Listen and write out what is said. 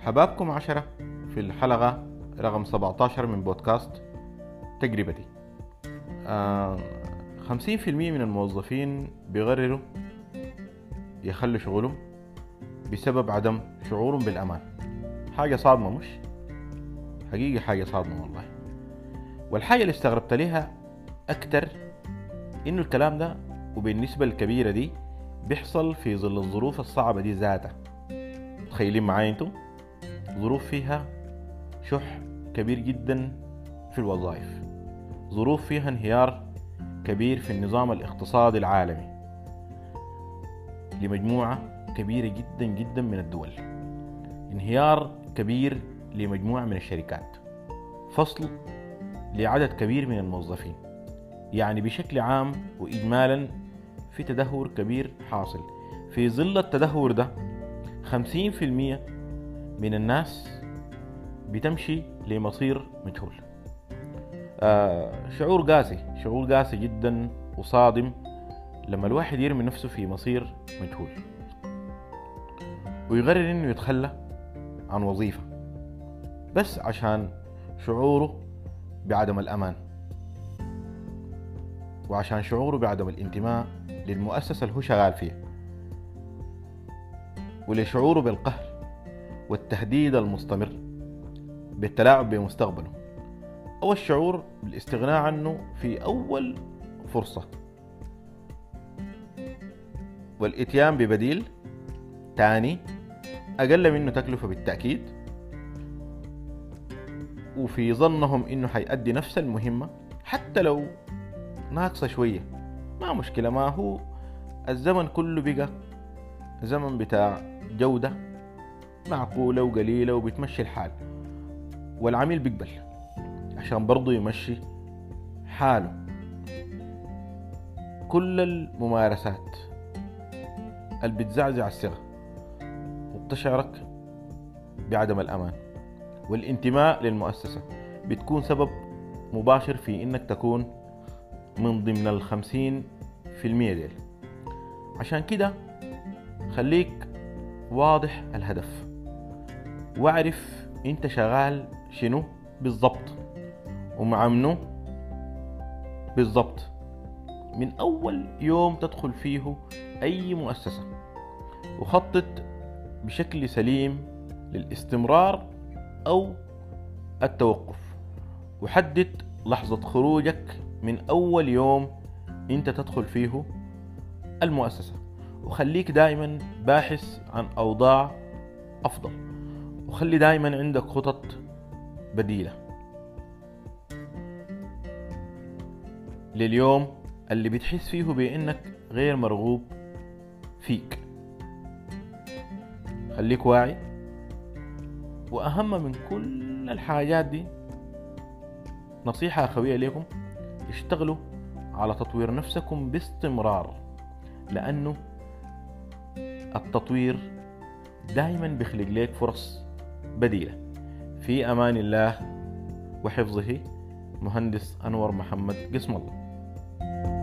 حبابكم 10 في الحلقة رقم 17 من بودكاست تجربتي. 50% من الموظفين بيقرروا يخلوا شغلهم بسبب عدم شعورهم بالأمان. حاجة صادمة، مش حقيقة حاجة صادمة والله. والحاجة اللي استغربت لها أكتر إنه الكلام ده وبالنسبة الكبيرة دي بيحصل في ظل الظروف الصعبة دي ذاتها. تخيلين معايا انتم ظروف فيها شح كبير جدا في الوظائف، ظروف فيها انهيار كبير في النظام الاقتصادي العالمي لمجموعة كبيرة جدا جدا من الدول، انهيار كبير لمجموعة من الشركات، فصل لعدد كبير من الموظفين. يعني بشكل عام وإجمالا في تدهور كبير حاصل. في ظل التدهور ده 50% من الناس بتمشي لمصير مجهول. شعور قاسي جدا وصادم لما الواحد يرمي نفسه في مصير مجهول ويقرر انه يتخلى عن وظيفة بس عشان شعوره بعدم الأمان، وعشان شعوره بعدم الانتماء للمؤسسة اللي هو شغال فيها، ولشعوره بالقهر والتهديد المستمر بالتلاعب بمستقبله، أو الشعور بالاستغناء عنه في أول فرصة، والإتيان ببديل تاني أقل منه تكلفة بالتأكيد، وفي ظنهم إنه حيأدي نفس المهمة حتى لو ناقصة شوية. ما مشكلة، ما هو الزمن كله بقى زمن بتاع جودة معقولة وقليلة وبتمشي الحال، والعميل بيقبل عشان برضو يمشي حاله. كل الممارسات اللي بتزعزع الثقة وبتشعرك بعدم الأمان والانتماء للمؤسسة بتكون سبب مباشر في إنك تكون من ضمن 50% ديل. عشان كده خليك واضح الهدف، واعرف انت شغال شنو بالضبط ومع منو بالضبط من أول يوم تدخل فيه أي مؤسسة، وخطط بشكل سليم للاستمرار أو التوقف، وحدد لحظة خروجك من أول يوم انت تدخل فيه المؤسسة، وخليك دائما باحث عن أوضاع أفضل، وخلي دائما عندك خطط بديلة لليوم اللي بتحس فيه بأنك غير مرغوب فيك. خليك واعي، وأهم من كل الحاجات دي نصيحة أخوية لكم: اشتغلوا على تطوير نفسكم باستمرار، لأنه التطوير دائما بيخلق لك فرص بديلة. في أمان الله وحفظه، مهندس أنور محمد، قسم الله.